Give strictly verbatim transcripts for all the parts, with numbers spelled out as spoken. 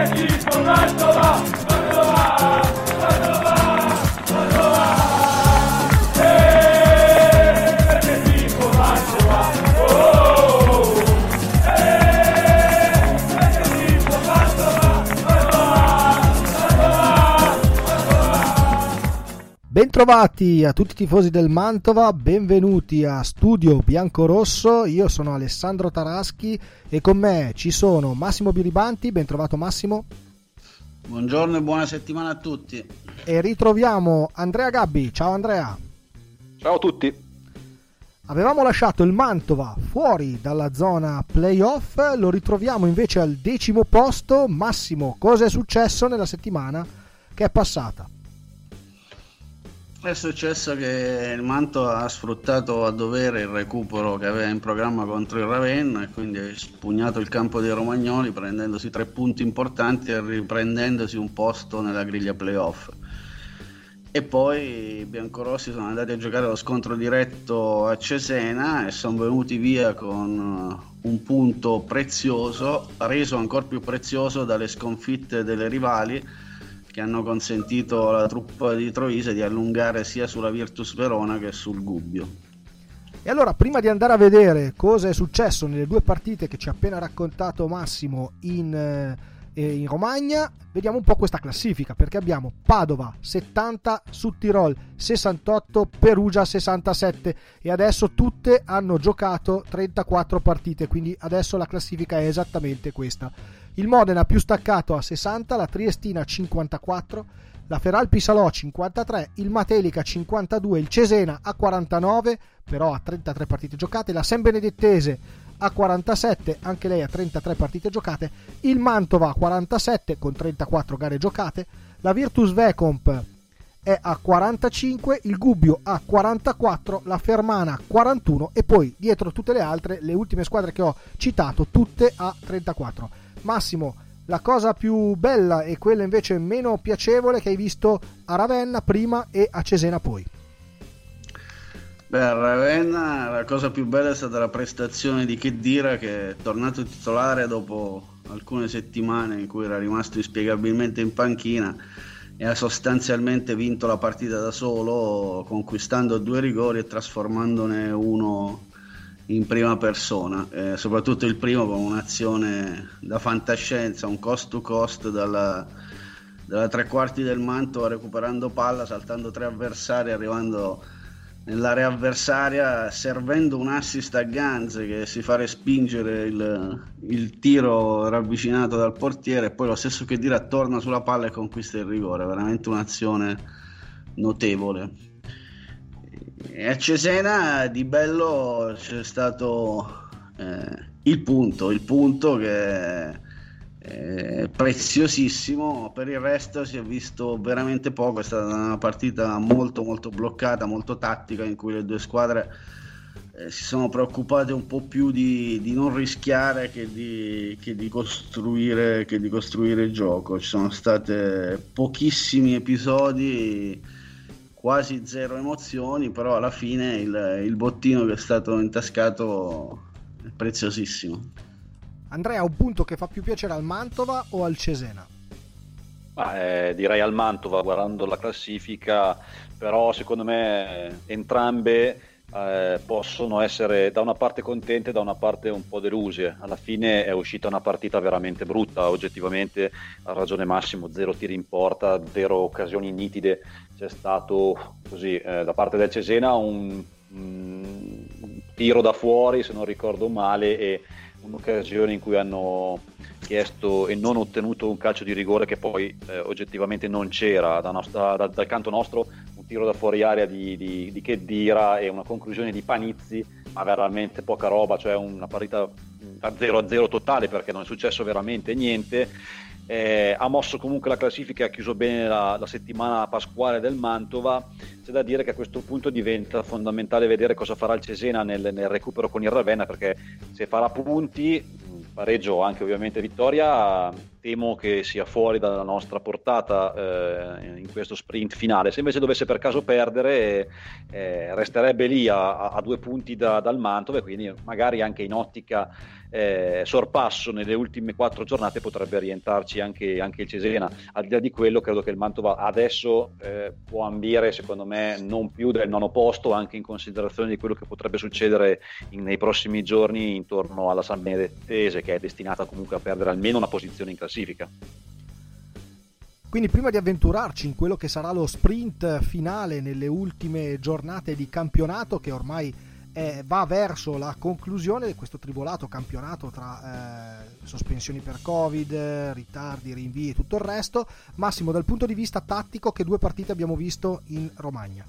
Bentrovati a tutti i tifosi del Mantova, benvenuti a Studio Biancorosso. Io sono Alessandro Taraschi e con me ci sono Massimo Biribanti. Bentrovato Massimo. Buongiorno e buona settimana a tutti. E ritroviamo Andrea Gabbi. Ciao Andrea. Ciao a tutti. Avevamo lasciato il Mantova fuori dalla zona playoff, lo ritroviamo invece al decimo posto. Massimo, cosa è successo nella settimana che è passata? È successo che il Mantova ha sfruttato a dovere il recupero che aveva in programma contro il Ravenna e quindi ha spugnato il campo dei romagnoli prendendosi tre punti importanti e riprendendosi un posto nella griglia playoff. E poi i biancorossi sono andati a giocare lo scontro diretto a Cesena e sono venuti via con un punto prezioso, reso ancora più prezioso dalle sconfitte delle rivali, che hanno consentito alla truppa di Troise di allungare sia sulla Virtus Verona che sul Gubbio. E allora, prima di andare a vedere cosa è successo nelle due partite che ci ha appena raccontato Massimo in, eh, in Romagna, vediamo un po' questa classifica, perché abbiamo Padova settanta, Südtirol sessantotto, Perugia sessantasette e adesso tutte hanno giocato trentaquattro partite, quindi adesso la classifica è esattamente questa. Il Modena più staccato a sessanta, la Triestina cinquantaquattro, la Feralpi Salò cinquantatré, il Matelica cinquantadue, il Cesena a quarantanove, però a trentatré partite giocate, la San Benedettese a quarantasette, anche lei a trentatré partite giocate, il Mantova a quarantasette con trentaquattro gare giocate, la Virtus Vecomp è a quarantacinque, il Gubbio a quarantaquattro, la Fermana a quarantuno e poi dietro tutte le altre, le ultime squadre che ho citato, tutte a trentaquattro. Massimo, la cosa più bella e quella invece meno piacevole che hai visto a Ravenna prima e a Cesena poi? Beh, a Ravenna la cosa più bella è stata la prestazione di Khedira, che è tornato titolare dopo alcune settimane in cui era rimasto inspiegabilmente in panchina e ha sostanzialmente vinto la partita da solo, conquistando due rigori e trasformandone uno in prima persona, eh, soprattutto il primo con un'azione da fantascienza, un cost to cost dalla, dalla tre quarti del Mantova, recuperando palla, saltando tre avversari, arrivando nell'area avversaria, servendo un assist a Ganz che si fa respingere il, il tiro ravvicinato dal portiere e poi lo stesso che dire torna sulla palla e conquista il rigore. Veramente un'azione notevole. E a Cesena di bello c'è stato eh, il punto, il punto che è preziosissimo. Per il resto si è visto veramente poco, è stata una partita molto molto bloccata, molto tattica, in cui le due squadre eh, si sono preoccupate un po' più di, di non rischiare che di, che di costruire che di costruire il gioco. Ci sono state pochissimi episodi, quasi zero emozioni, però alla fine il, il bottino che è stato intascato è preziosissimo. Andrea, un punto che fa più piacere al Mantova o al Cesena? Ah, eh, direi al Mantova, guardando la classifica, però secondo me entrambe eh, possono essere da una parte contente e da una parte un po' deluse. Alla fine è uscita una partita veramente brutta, oggettivamente ha ragione Massimo, zero tiri in porta, zero occasioni nitide. C'è stato così eh, da parte del Cesena un, un tiro da fuori, se non ricordo male, e un'occasione in cui hanno chiesto e non ottenuto un calcio di rigore che poi eh, oggettivamente non c'era. Da nostra, da, dal canto nostro un tiro da fuori area di, di, di Khedira e una conclusione di Panizzi, ma veramente poca roba, cioè una partita da zero a zero totale, perché non è successo veramente niente. Eh, ha mosso comunque la classifica e ha chiuso bene la, la settimana pasquale del Mantova. C'è da dire che a questo punto diventa fondamentale vedere cosa farà il Cesena nel, nel recupero con il Ravenna, perché se farà punti, pareggio o anche ovviamente vittoria, temo che sia fuori dalla nostra portata eh, in questo sprint finale. Se invece dovesse per caso perdere eh, resterebbe lì a, a due punti da, dal Mantova, e quindi magari anche in ottica eh, sorpasso nelle ultime quattro giornate potrebbe rientrarci anche, anche il Cesena. Al di là di quello, credo che il Mantova adesso eh, può ambire, secondo me, non più del nono posto, anche in considerazione di quello che potrebbe succedere in, nei prossimi giorni intorno alla San Benedettese, che è destinata comunque a perdere almeno una posizione in classifica. Quindi prima di avventurarci in quello che sarà lo sprint finale nelle ultime giornate di campionato, che ormai è, va verso la conclusione di questo tribolato campionato tra eh, sospensioni per Covid, ritardi, rinvii e tutto il resto, Massimo, dal punto di vista tattico, che due partite abbiamo visto in Romagna?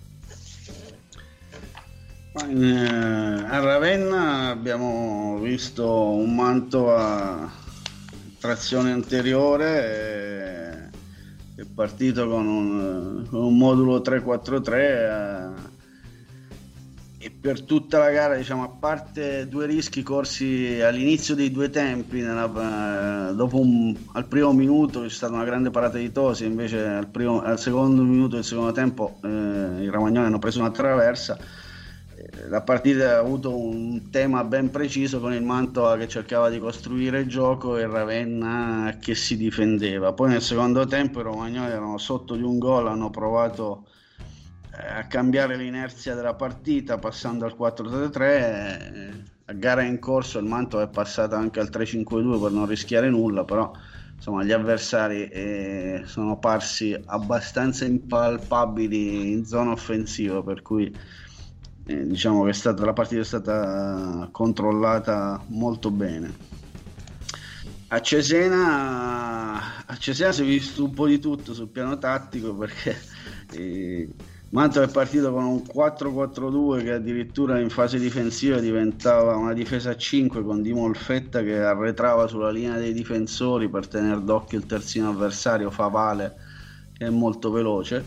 In, eh, a Ravenna abbiamo visto un Mantova trazione anteriore, eh, è partito con un, con un modulo tre quattro tre eh, e per tutta la gara, diciamo, a parte due rischi corsi all'inizio dei due tempi, nella, eh, dopo un, al primo minuto c'è stata una grande parata di Tosi, invece al, primo, al secondo minuto del secondo tempo eh, i romagnoli hanno preso una traversa. La partita ha avuto un tema ben preciso, con il Mantova che cercava di costruire il gioco e il Ravenna che si difendeva. Poi nel secondo tempo i romagnoli erano sotto di un gol, hanno provato a cambiare l'inerzia della partita passando al quattro tre tre. A gara in corso il Mantova è passato anche al tre cinque due per non rischiare nulla, però insomma gli avversari eh, sono parsi abbastanza impalpabili in zona offensiva, per cui Eh, diciamo che è stata, la partita è stata controllata molto bene. A Cesena, a Cesena si è visto un po' di tutto sul piano tattico, perché eh, Mantova è partito con un quattro quattro due che addirittura in fase difensiva diventava una difesa a cinque, con Di Molfetta che arretrava sulla linea dei difensori per tenere d'occhio il terzino avversario Favale, che è molto veloce.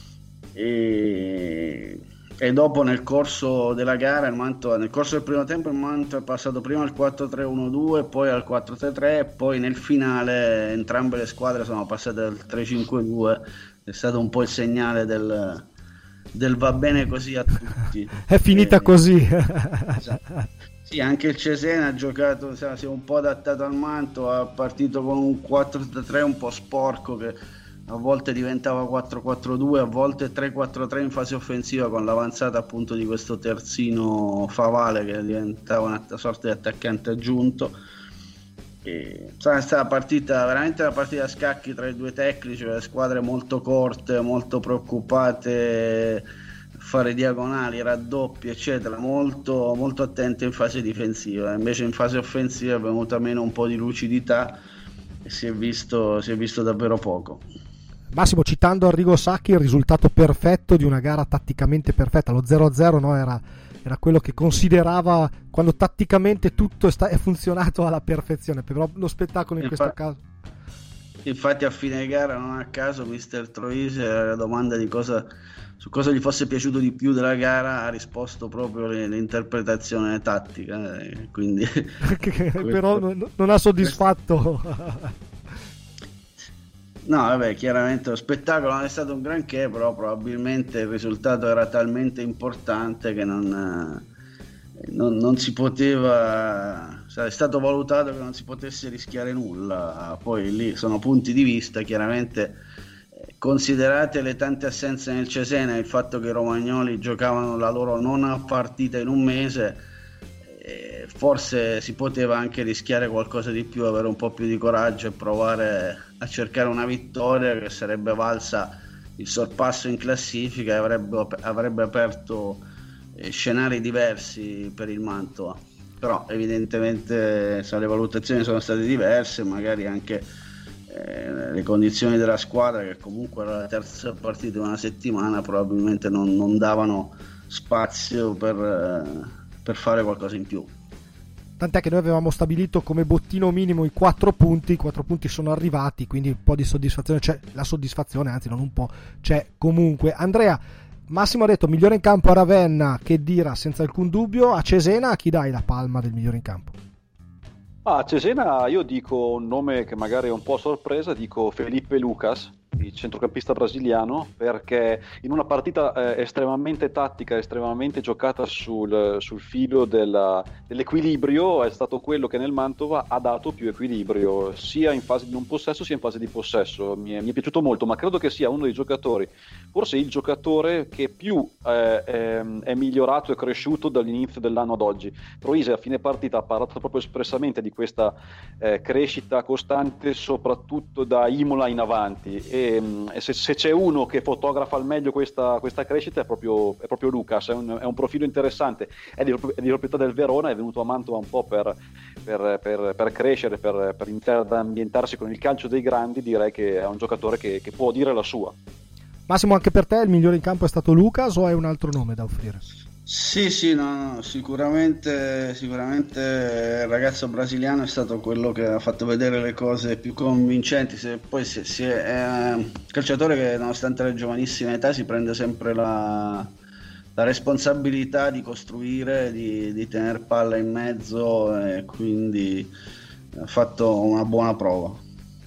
E E dopo nel corso della gara il Mantova, nel corso del primo tempo il Mantova è passato prima al quattro tre uno due, poi al quattro tre tre e poi nel finale entrambe le squadre sono passate al tre cinque due. È stato un po' il segnale del, del va bene così a tutti. È finita e, così. Esatto. Sì, anche il Cesena ha giocato, si è un po' adattato al Mantova, è partito con un quattro tre tre un po' sporco che a volte diventava quattro quattro due, a volte tre quattro tre in fase offensiva, con l'avanzata appunto di questo terzino Favale che diventava una sorta di attaccante aggiunto. E, è stata partita, veramente una partita a scacchi tra i due tecnici, le squadre molto corte, molto preoccupate a fare diagonali, raddoppi eccetera, molto, molto attente in fase difensiva. Invece in fase offensiva è venuta meno un po' di lucidità e si è visto, si è visto davvero poco. Massimo, citando Arrigo Sacchi, il risultato perfetto di una gara tatticamente perfetta, lo zero a zero, no? era, era quello che considerava quando tatticamente tutto è, sta- è funzionato alla perfezione, però lo spettacolo in Infa- questo caso. Infatti a fine gara, non a caso, mister Troisi, alla domanda di cosa, su cosa gli fosse piaciuto di più della gara, ha risposto proprio l'interpretazione tattica, eh, quindi però non, non ha soddisfatto. No, vabbè, chiaramente lo spettacolo non è stato un granché, però probabilmente il risultato era talmente importante che non, non, non si poteva, cioè, è stato valutato che non si potesse rischiare nulla. Poi lì sono punti di vista, chiaramente, considerate le tante assenze nel Cesena, il fatto che i romagnoli giocavano la loro nona partita in un mese, forse si poteva anche rischiare qualcosa di più, avere un po' più di coraggio e provare a cercare una vittoria che sarebbe valsa il sorpasso in classifica e avrebbe, avrebbe aperto scenari diversi per il Mantova. Però evidentemente le valutazioni sono state diverse, magari anche eh, le condizioni della squadra, che comunque era la terza partita in una settimana, probabilmente non, non davano spazio per, eh, per fare qualcosa in più. Tant'è che noi avevamo stabilito come bottino minimo i quattro punti, i quattro punti sono arrivati, quindi un po' di soddisfazione c'è, la soddisfazione anzi non un po', c'è comunque. Andrea, Massimo ha detto migliore in campo a Ravenna, che Dira senza alcun dubbio. A Cesena a chi dai la palma del migliore in campo? Ah, a Cesena io dico un nome che magari è un po' sorpresa, dico Felipe Lucas, il centrocampista brasiliano, perché in una partita eh, estremamente tattica, estremamente giocata sul, sul filo della, dell'equilibrio, è stato quello che nel Mantova ha dato più equilibrio, sia in fase di non possesso sia in fase di possesso. Mi è, mi è piaciuto molto, ma credo che sia uno dei giocatori, forse il giocatore che più eh, è, è migliorato e cresciuto dall'inizio dell'anno ad oggi. Troise a fine partita ha parlato proprio espressamente di questa eh, crescita costante, soprattutto da Imola in avanti, e, e se, se c'è uno che fotografa al meglio questa, questa crescita è proprio, è proprio Lucas. È un, è un profilo interessante, è di, è di proprietà del Verona, è venuto a Mantova un po' per, per, per, per crescere, per, per iniziare ad ambientarsi con il calcio dei grandi. Direi che è un giocatore che, che può dire la sua. Massimo, anche per te il migliore in campo è stato Lucas o hai un altro nome da offrire? Sì, sì, no, no, sicuramente, sicuramente il ragazzo brasiliano è stato quello che ha fatto vedere le cose più convincenti. Se poi si, si è, è un calciatore che, nonostante la giovanissima età, si prende sempre la, la responsabilità di costruire, di, di tenere palla in mezzo, e quindi ha fatto una buona prova.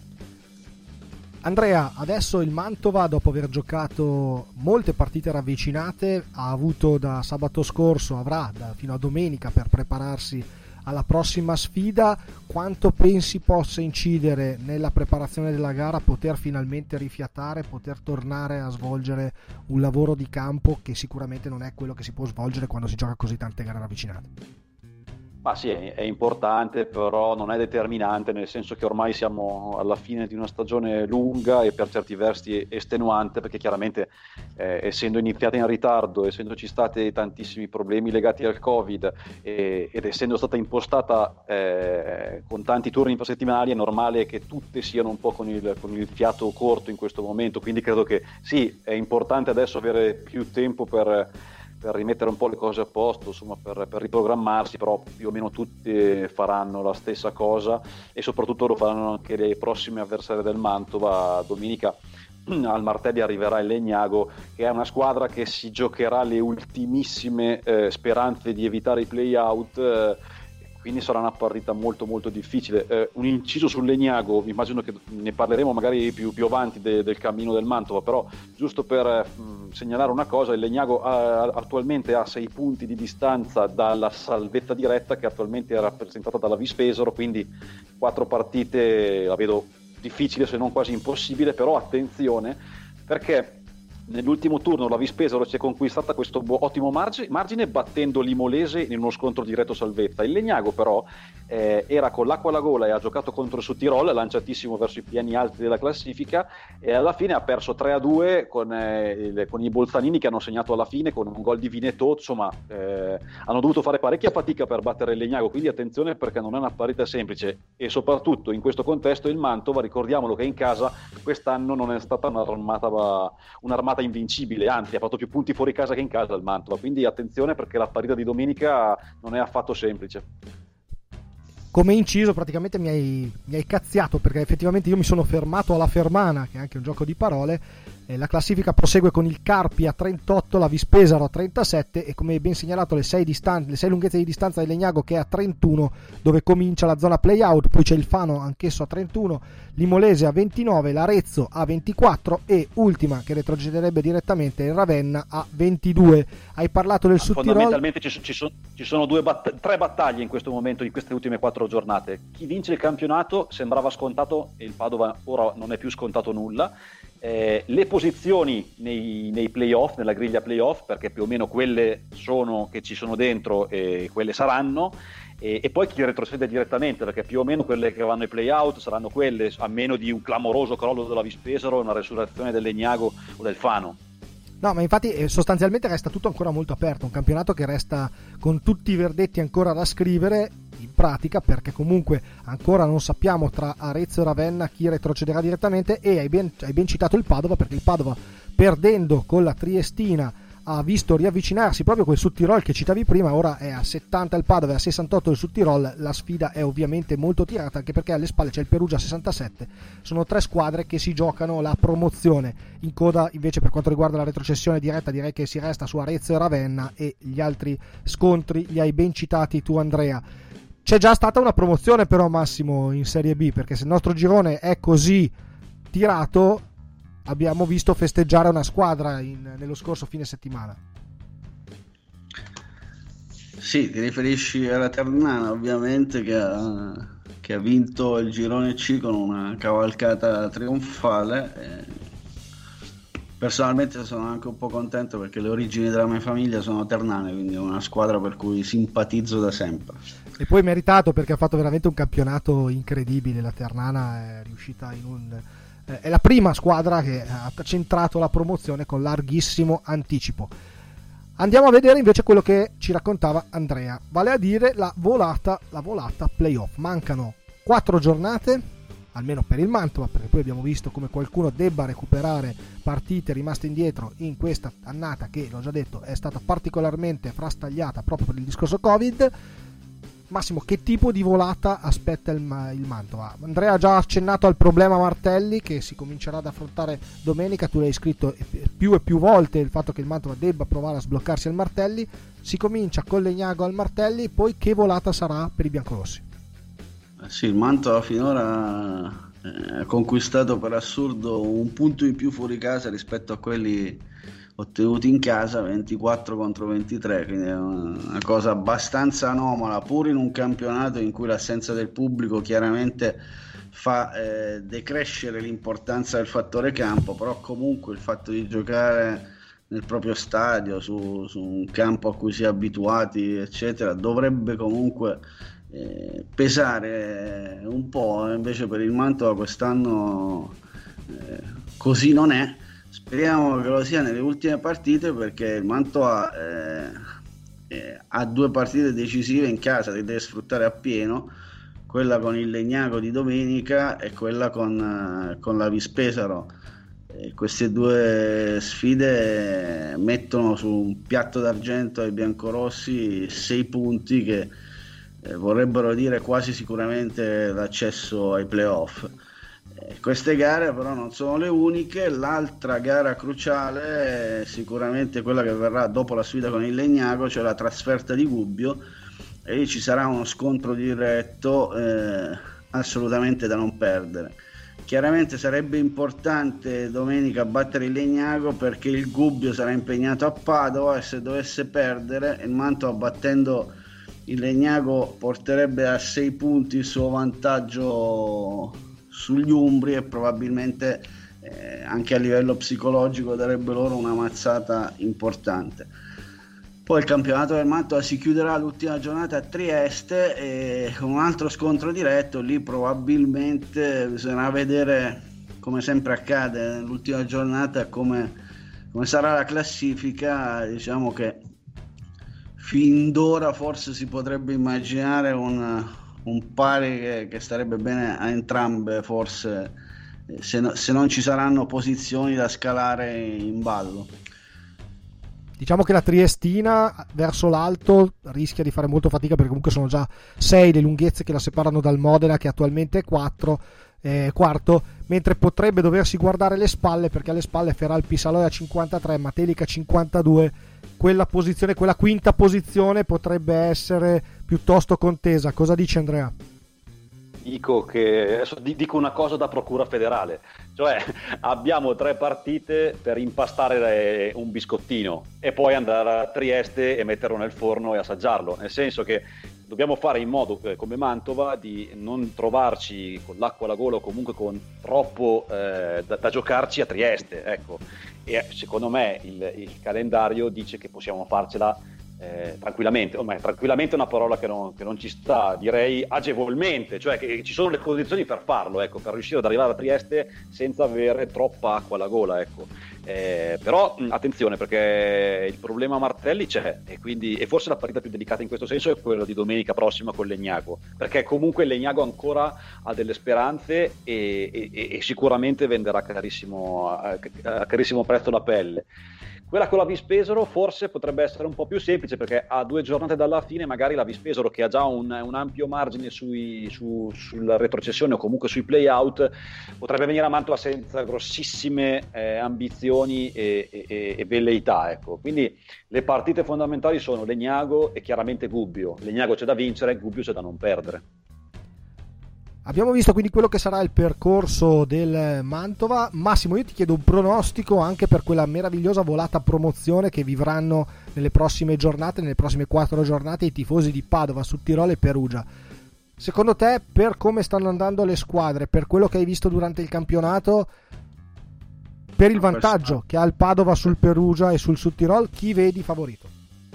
Andrea, adesso il Mantova, dopo aver giocato molte partite ravvicinate, ha avuto da sabato scorso, avrà da, fino a domenica per prepararsi alla prossima sfida. Quanto pensi possa incidere nella preparazione della gara poter finalmente rifiatare, poter tornare a svolgere un lavoro di campo che sicuramente non è quello che si può svolgere quando si gioca così tante gare ravvicinate? Ma sì, è importante, però non è determinante, nel senso che ormai siamo alla fine di una stagione lunga e per certi versi estenuante, perché chiaramente eh, essendo iniziata in ritardo, essendoci stati tantissimi problemi legati al Covid e, ed essendo stata impostata eh, con tanti turni infrasettimanali, è normale che tutte siano un po' con il, con il fiato corto in questo momento. Quindi credo che sì, è importante adesso avere più tempo per per rimettere un po' le cose a posto, insomma, per, per riprogrammarsi, però più o meno tutti faranno la stessa cosa e soprattutto lo faranno anche le prossime avversarie del Mantova. Domenica al Martelli arriverà il Legnago, che è una squadra che si giocherà le ultimissime eh, speranze di evitare i play-out, eh, quindi sarà una partita molto molto difficile. Eh, un inciso sul Legnago, immagino che ne parleremo magari più, più avanti de, del cammino del Mantova, però giusto per eh, segnalare una cosa, il Legnago ha, attualmente ha sei punti di distanza dalla salvezza diretta, che attualmente è rappresentata dalla Vispesaro, quindi quattro partite la vedo difficile se non quasi impossibile. Però attenzione, perché nell'ultimo turno la Vispesaro si è conquistata questo ottimo margine, margine battendo l'Imolese in uno scontro diretto salvezza. Il Legnago però eh, era con l'acqua alla gola e ha giocato contro il Sudtirol, lanciatissimo verso i piani alti della classifica, e alla fine ha perso tre a due con, eh, il, con i Bolzanini, che hanno segnato alla fine con un gol di Vinetto. Insomma, eh, hanno dovuto fare parecchia fatica per battere il Legnago, quindi attenzione, perché non è una partita semplice. E soprattutto in questo contesto il Mantova, ricordiamolo che in casa quest'anno non è stata un'armata, un'armata invincibile, anzi ha fatto più punti fuori casa che in casa il Mantova, quindi attenzione, perché la partita di domenica non è affatto semplice. Come inciso praticamente mi hai, mi hai cazziato, perché effettivamente io mi sono fermato alla Fermana, che è anche un gioco di parole. Eh, la classifica prosegue con il Carpi a trentotto, la Vispesaro a trentasette e, come ben segnalato, le sei, distan- le sei lunghezze di distanza del Legnago, che è a trentuno, dove comincia la zona play-out. Poi c'è il Fano anch'esso a trentuno, l'Imolese a ventinove, l'Arezzo a ventiquattro e ultima, che retrocederebbe direttamente, il Ravenna a ventidue. Hai parlato del Sud Tirol. Fondamentalmente ci, ci, sono, ci sono due batt- tre battaglie in questo momento, in queste ultime quattro giornate. Chi vince il campionato sembrava scontato, e il Padova ora non è più scontato nulla. Eh, le posizioni nei, nei playoff, nella griglia playoff, perché più o meno quelle sono che ci sono dentro e quelle saranno, e, e poi chi retrocede direttamente, perché più o meno quelle che vanno ai playout saranno quelle, a meno di un clamoroso crollo della Vispesaro, una resurrezione del Legnago o del Fano. No, ma infatti eh, sostanzialmente resta tutto ancora molto aperto, un campionato che resta con tutti i verdetti ancora da scrivere in pratica, perché comunque ancora non sappiamo tra Arezzo e Ravenna chi retrocederà direttamente. E hai ben, hai ben citato il Padova, perché il Padova, perdendo con la Triestina, ha visto riavvicinarsi proprio quel Sudtirol che citavi prima. Ora è a settanta il Padova e a sessantotto il Sudtirol. La sfida è ovviamente molto tirata, anche perché alle spalle c'è il Perugia a sessantasette. Sono tre squadre che si giocano la promozione. In coda invece, per quanto riguarda la retrocessione diretta, direi che si resta su Arezzo e Ravenna, e gli altri scontri li hai ben citati tu, Andrea. C'è già stata una promozione però, Massimo, in Serie B, perché se il nostro girone è così tirato, abbiamo visto festeggiare una squadra in, nello scorso fine settimana. Sì, ti riferisci alla Ternana, ovviamente, che ha, che ha vinto il girone C con una cavalcata trionfale. E personalmente sono anche un po' contento perché le origini della mia famiglia sono ternane, quindi è una squadra per cui simpatizzo da sempre. E poi meritato, perché ha fatto veramente un campionato incredibile. La Ternana è riuscita in un eh, è la prima squadra che ha centrato la promozione con larghissimo anticipo. Andiamo a vedere invece quello che ci raccontava Andrea, vale a dire la volata la volata playoff. Mancano quattro giornate, almeno per il Mantova, perché poi abbiamo visto come qualcuno debba recuperare partite rimaste indietro in questa annata che, l'ho già detto, è stata particolarmente frastagliata proprio per il discorso Covid. Massimo, che tipo di volata aspetta il, il Mantova? Andrea ha già accennato al problema Martelli che si comincerà ad affrontare domenica. Tu l'hai scritto più e più volte, il fatto che il Mantova debba provare a sbloccarsi al Martelli. Si comincia con Legnago al Martelli, poi che volata sarà per i biancorossi? Sì, il Mantova finora ha conquistato per assurdo un punto in più fuori casa rispetto a quelli ottenuti in casa, ventiquattro contro ventitré, quindi è una cosa abbastanza anomala, pur in un campionato in cui l'assenza del pubblico chiaramente fa eh, decrescere l'importanza del fattore campo, però comunque il fatto di giocare nel proprio stadio, su, su un campo a cui si è abituati, eccetera, dovrebbe comunque eh, pesare un po'. Invece per il Mantova quest'anno eh, così non è. Speriamo che lo sia nelle ultime partite, perché il Mantova eh, eh, ha due partite decisive in casa che deve sfruttare appieno, quella con il Legnago di domenica e quella con, eh, con la Vispesaro. Eh, queste due sfide mettono su un piatto d'argento ai biancorossi sei punti che eh, vorrebbero dire quasi sicuramente l'accesso ai playoff. Queste gare però non sono le uniche. L'altra gara cruciale è sicuramente quella che verrà dopo la sfida con il Legnago, cioè la trasferta di Gubbio, e lì ci sarà uno scontro diretto eh, assolutamente da non perdere. Chiaramente sarebbe importante domenica battere il Legnago, perché il Gubbio sarà impegnato a Padova e se dovesse perdere il Mantova, battendo il Legnago, porterebbe a sei punti il suo vantaggio sugli umbri e probabilmente eh, anche a livello psicologico darebbe loro una mazzata importante. Poi il campionato del Mantova si chiuderà l'ultima giornata a Trieste e con un altro scontro diretto. Lì probabilmente bisognerà vedere, come sempre accade nell'ultima giornata, come, come sarà la classifica. Diciamo che fin d'ora forse si potrebbe immaginare un un pari che, che starebbe bene a entrambe, forse, se, no, se non ci saranno posizioni da scalare in ballo. Diciamo che la Triestina verso l'alto rischia di fare molto fatica, perché comunque sono già sei le lunghezze che la separano dal Modena, che attualmente è quattro, eh, quarto, mentre potrebbe doversi guardare le spalle, perché alle spalle Feralpi Saloia cinquantatré, Matelica cinquantadue. Quella posizione, quella quinta posizione potrebbe essere piuttosto contesa. Cosa dice Andrea? Dico che adesso dico una cosa da procura federale, cioè abbiamo tre partite per impastare un biscottino e poi andare a Trieste e metterlo nel forno e assaggiarlo, nel senso che dobbiamo fare in modo, come Mantova, di non trovarci con l'acqua alla gola o comunque con troppo eh, da, da giocarci a Trieste, ecco. E secondo me il, il calendario dice che possiamo farcela eh, tranquillamente. Ormai tranquillamente è una parola che non, che non ci sta, direi agevolmente, cioè che ci sono le condizioni per farlo, ecco, per riuscire ad arrivare a Trieste senza avere troppa acqua alla gola, ecco. Eh, però mh, attenzione, perché il problema Martelli c'è, e quindi e forse la partita più delicata in questo senso è quella di domenica prossima con Legnago, perché comunque Legnago ancora ha delle speranze e, e, e sicuramente venderà carissimo, a, a carissimo prezzo la pelle. Quella con la Vispesaro forse potrebbe essere un po' più semplice, perché a due giornate dalla fine magari la Vispesaro, che ha già un, un ampio margine sui, su, sulla retrocessione o comunque sui play-out, potrebbe venire a Mantova senza grossissime eh, ambizioni e, e, e velleità, ecco. Quindi le partite fondamentali sono Legnago e chiaramente Gubbio. Legnago c'è da vincere, Gubbio c'è da non perdere. Abbiamo visto quindi quello che sarà il percorso del Mantova. Massimo, io ti chiedo un pronostico anche per quella meravigliosa volata promozione che vivranno nelle prossime giornate, nelle prossime quattro giornate, i tifosi di Padova, Sudtirolo e Perugia. Secondo te, per come stanno andando le squadre, per quello che hai visto durante il campionato, per il vantaggio che ha il Padova sul Perugia e sul Sudtirolo, chi vedi favorito?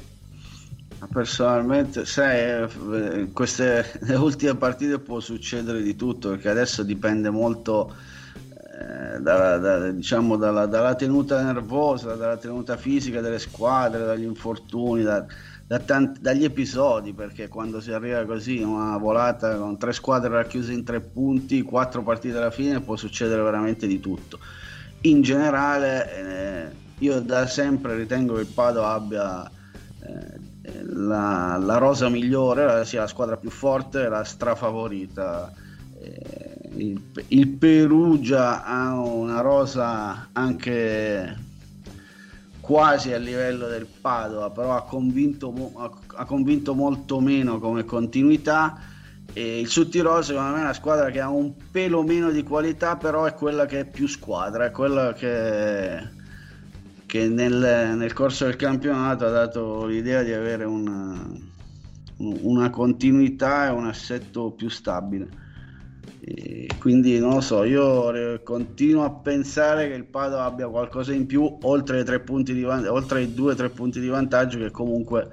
Personalmente, sai, in queste le ultime partite può succedere di tutto, perché adesso dipende molto eh, dalla, da, diciamo dalla, dalla tenuta nervosa, dalla tenuta fisica delle squadre, dagli infortuni, da, da tanti, dagli episodi, perché quando si arriva così una volata con tre squadre racchiuse in tre punti, quattro partite alla fine, può succedere veramente di tutto. In generale eh, io da sempre ritengo che il Padova abbia eh, La, la rosa migliore, sia la squadra più forte, la strafavorita. Eh, il, il Perugia ha una rosa anche quasi a livello del Padova, però ha convinto, ha, ha convinto molto meno come continuità. E il Sudtirolo secondo me è una squadra che ha un pelo meno di qualità, però è quella che è più squadra, è quella che che nel, nel corso del campionato ha dato l'idea di avere una, una continuità e un assetto più stabile. E quindi non lo so, io continuo a pensare che il Padova abbia qualcosa in più oltre ai tre punti di van- oltre ai due o tre punti di vantaggio che comunque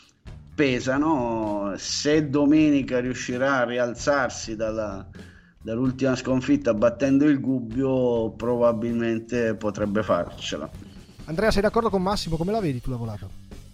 pesano. Se domenica riuscirà a rialzarsi dalla, dall'ultima sconfitta battendo il Gubbio, probabilmente potrebbe farcela. Andrea, sei d'accordo con Massimo? Come la vedi tu la volata?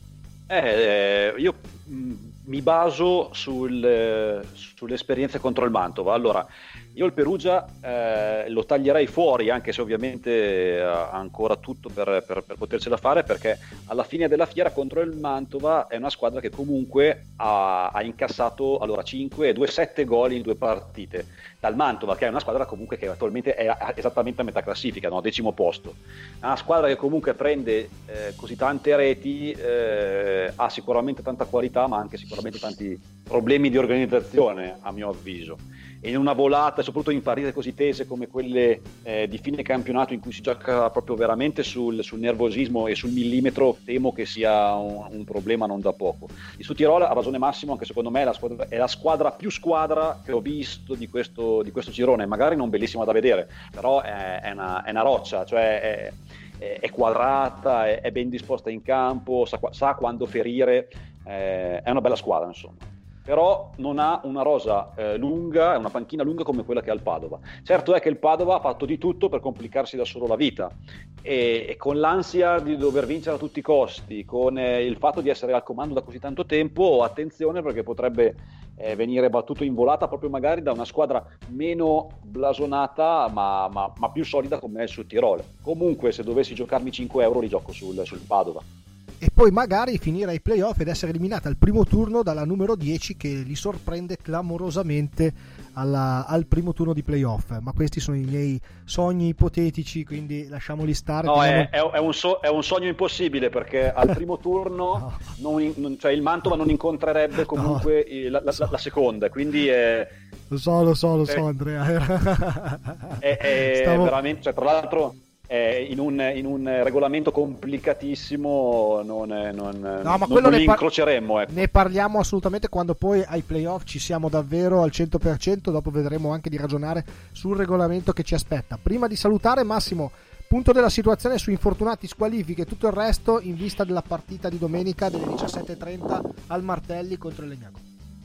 Eh, io mh, mi baso sul, eh, sulle esperienze contro il Mantova. Allora, io il Perugia eh, lo taglierei fuori, anche se ovviamente ha ancora tutto per, per, per potercela fare, perché alla fine della fiera contro il Mantova è una squadra che comunque ha, ha incassato allora cinque e due sette gol in due partite dal Mantova, che è una squadra comunque che attualmente è esattamente a metà classifica, no? Decimo posto. È una squadra che comunque prende eh, così tante reti, eh, ha sicuramente tanta qualità, ma anche sicuramente tanti problemi di organizzazione, a mio avviso. E in una volata, soprattutto in partite così tese come quelle eh, di fine campionato, in cui si gioca proprio veramente sul, sul nervosismo e sul millimetro, temo che sia un, un problema non da poco. Il Sudtirolo ha ragione Massimo, anche secondo me è la squadra, è la squadra più squadra che ho visto di questo, di questo girone, magari non bellissima da vedere, però è, è, una, è una roccia, cioè è, è, è quadrata, è, è ben disposta in campo, sa, sa quando ferire, eh, è una bella squadra insomma. Però non ha una rosa eh, lunga, una panchina lunga come quella che ha il Padova. Certo è che il Padova ha fatto di tutto per complicarsi da solo la vita e, e con l'ansia di dover vincere a tutti i costi, con eh, il fatto di essere al comando da così tanto tempo, attenzione perché potrebbe eh, venire battuto in volata proprio magari da una squadra meno blasonata ma, ma, ma più solida come è il Sudtirolo. Comunque se dovessi giocarmi cinque euro li gioco sul, sul Padova. E poi magari finire ai playoff ed essere eliminata al primo turno dalla numero dieci che li sorprende clamorosamente alla, al primo turno di playoff. Ma questi sono i miei sogni ipotetici, quindi lasciamoli stare. No, teniamo... è, è, un so, è un sogno impossibile perché al primo turno no. non, non, cioè il Mantova non incontrerebbe comunque no. la, la, la, la seconda, quindi è... Lo so, lo so, lo è, so Andrea. È, è Stavo... veramente, cioè, tra l'altro... Eh, in, un, in un regolamento complicatissimo non, non, no, ma non, quello non ne li par- incroceremmo ecco. Ne parliamo assolutamente quando poi ai playoff ci siamo davvero al cento per cento, dopo vedremo anche di ragionare sul regolamento che ci aspetta. Prima di salutare Massimo, punto della situazione su infortunati, squalifiche e tutto il resto in vista della partita di domenica delle diciassette e trenta al Martelli contro il Legnago.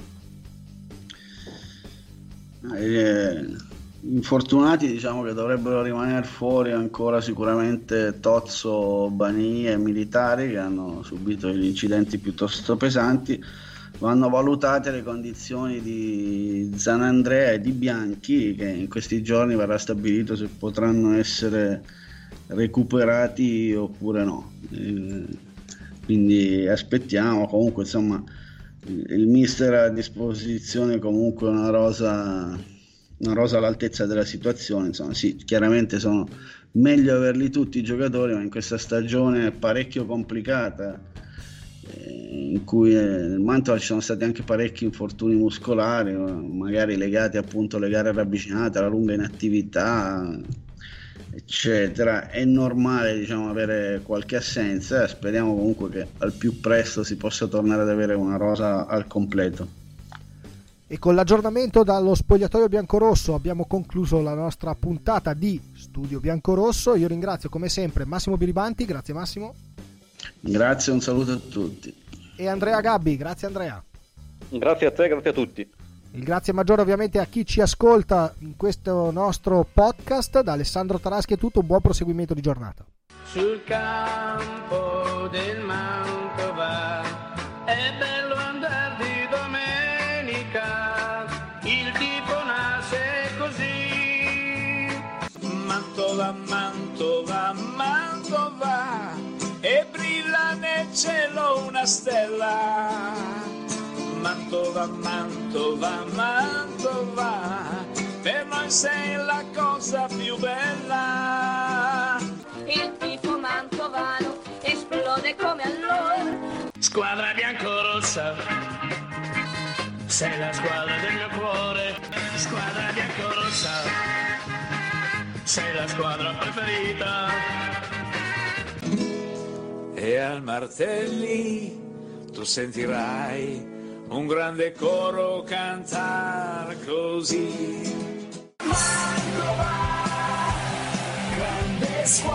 eh... Infortunati diciamo che dovrebbero rimanere fuori ancora sicuramente Tozzo, Bani e Militari, che hanno subito degli incidenti piuttosto pesanti. Vanno valutate le condizioni di Zanandrea e di Bianchi, che in questi giorni verrà stabilito se potranno essere recuperati oppure no. Eh, quindi aspettiamo. Comunque insomma il mister ha a disposizione comunque una rosa una rosa all'altezza della situazione. Insomma sì, chiaramente sono meglio averli tutti i giocatori, ma in questa stagione parecchio complicata eh, in cui nel Mantova ci sono stati anche parecchi infortuni muscolari, magari legati appunto alle gare ravvicinate, alla lunga inattività, eccetera. È normale, diciamo, avere qualche assenza. Speriamo comunque che al più presto si possa tornare ad avere una rosa al completo. E con l'aggiornamento dallo spogliatoio biancorosso abbiamo concluso la nostra puntata di Studio Biancorosso. Io ringrazio come sempre Massimo Biribanti, grazie Massimo. Grazie, un saluto a tutti. E Andrea Gabbi, grazie Andrea. Grazie a te, grazie a tutti. Il grazie maggiore ovviamente a chi ci ascolta in questo nostro podcast. Da Alessandro Taraschi è tutto, un buon proseguimento di giornata. Sul campo del Mantova è bello andare di domenica, il tipo nasce così. Mantova, Mantova, Mantova, e brilla nel cielo una stella. Mantova, Mantova, Mantova, per noi sei la cosa più bella. Il tifo mantovano esplode come allora. Squadra biancorossa, sei la squadra del mio cuore. Squadra biancorossa, sei la squadra preferita. E al Martelli tu sentirai un grande coro cantar così. Mantova, grande squadra.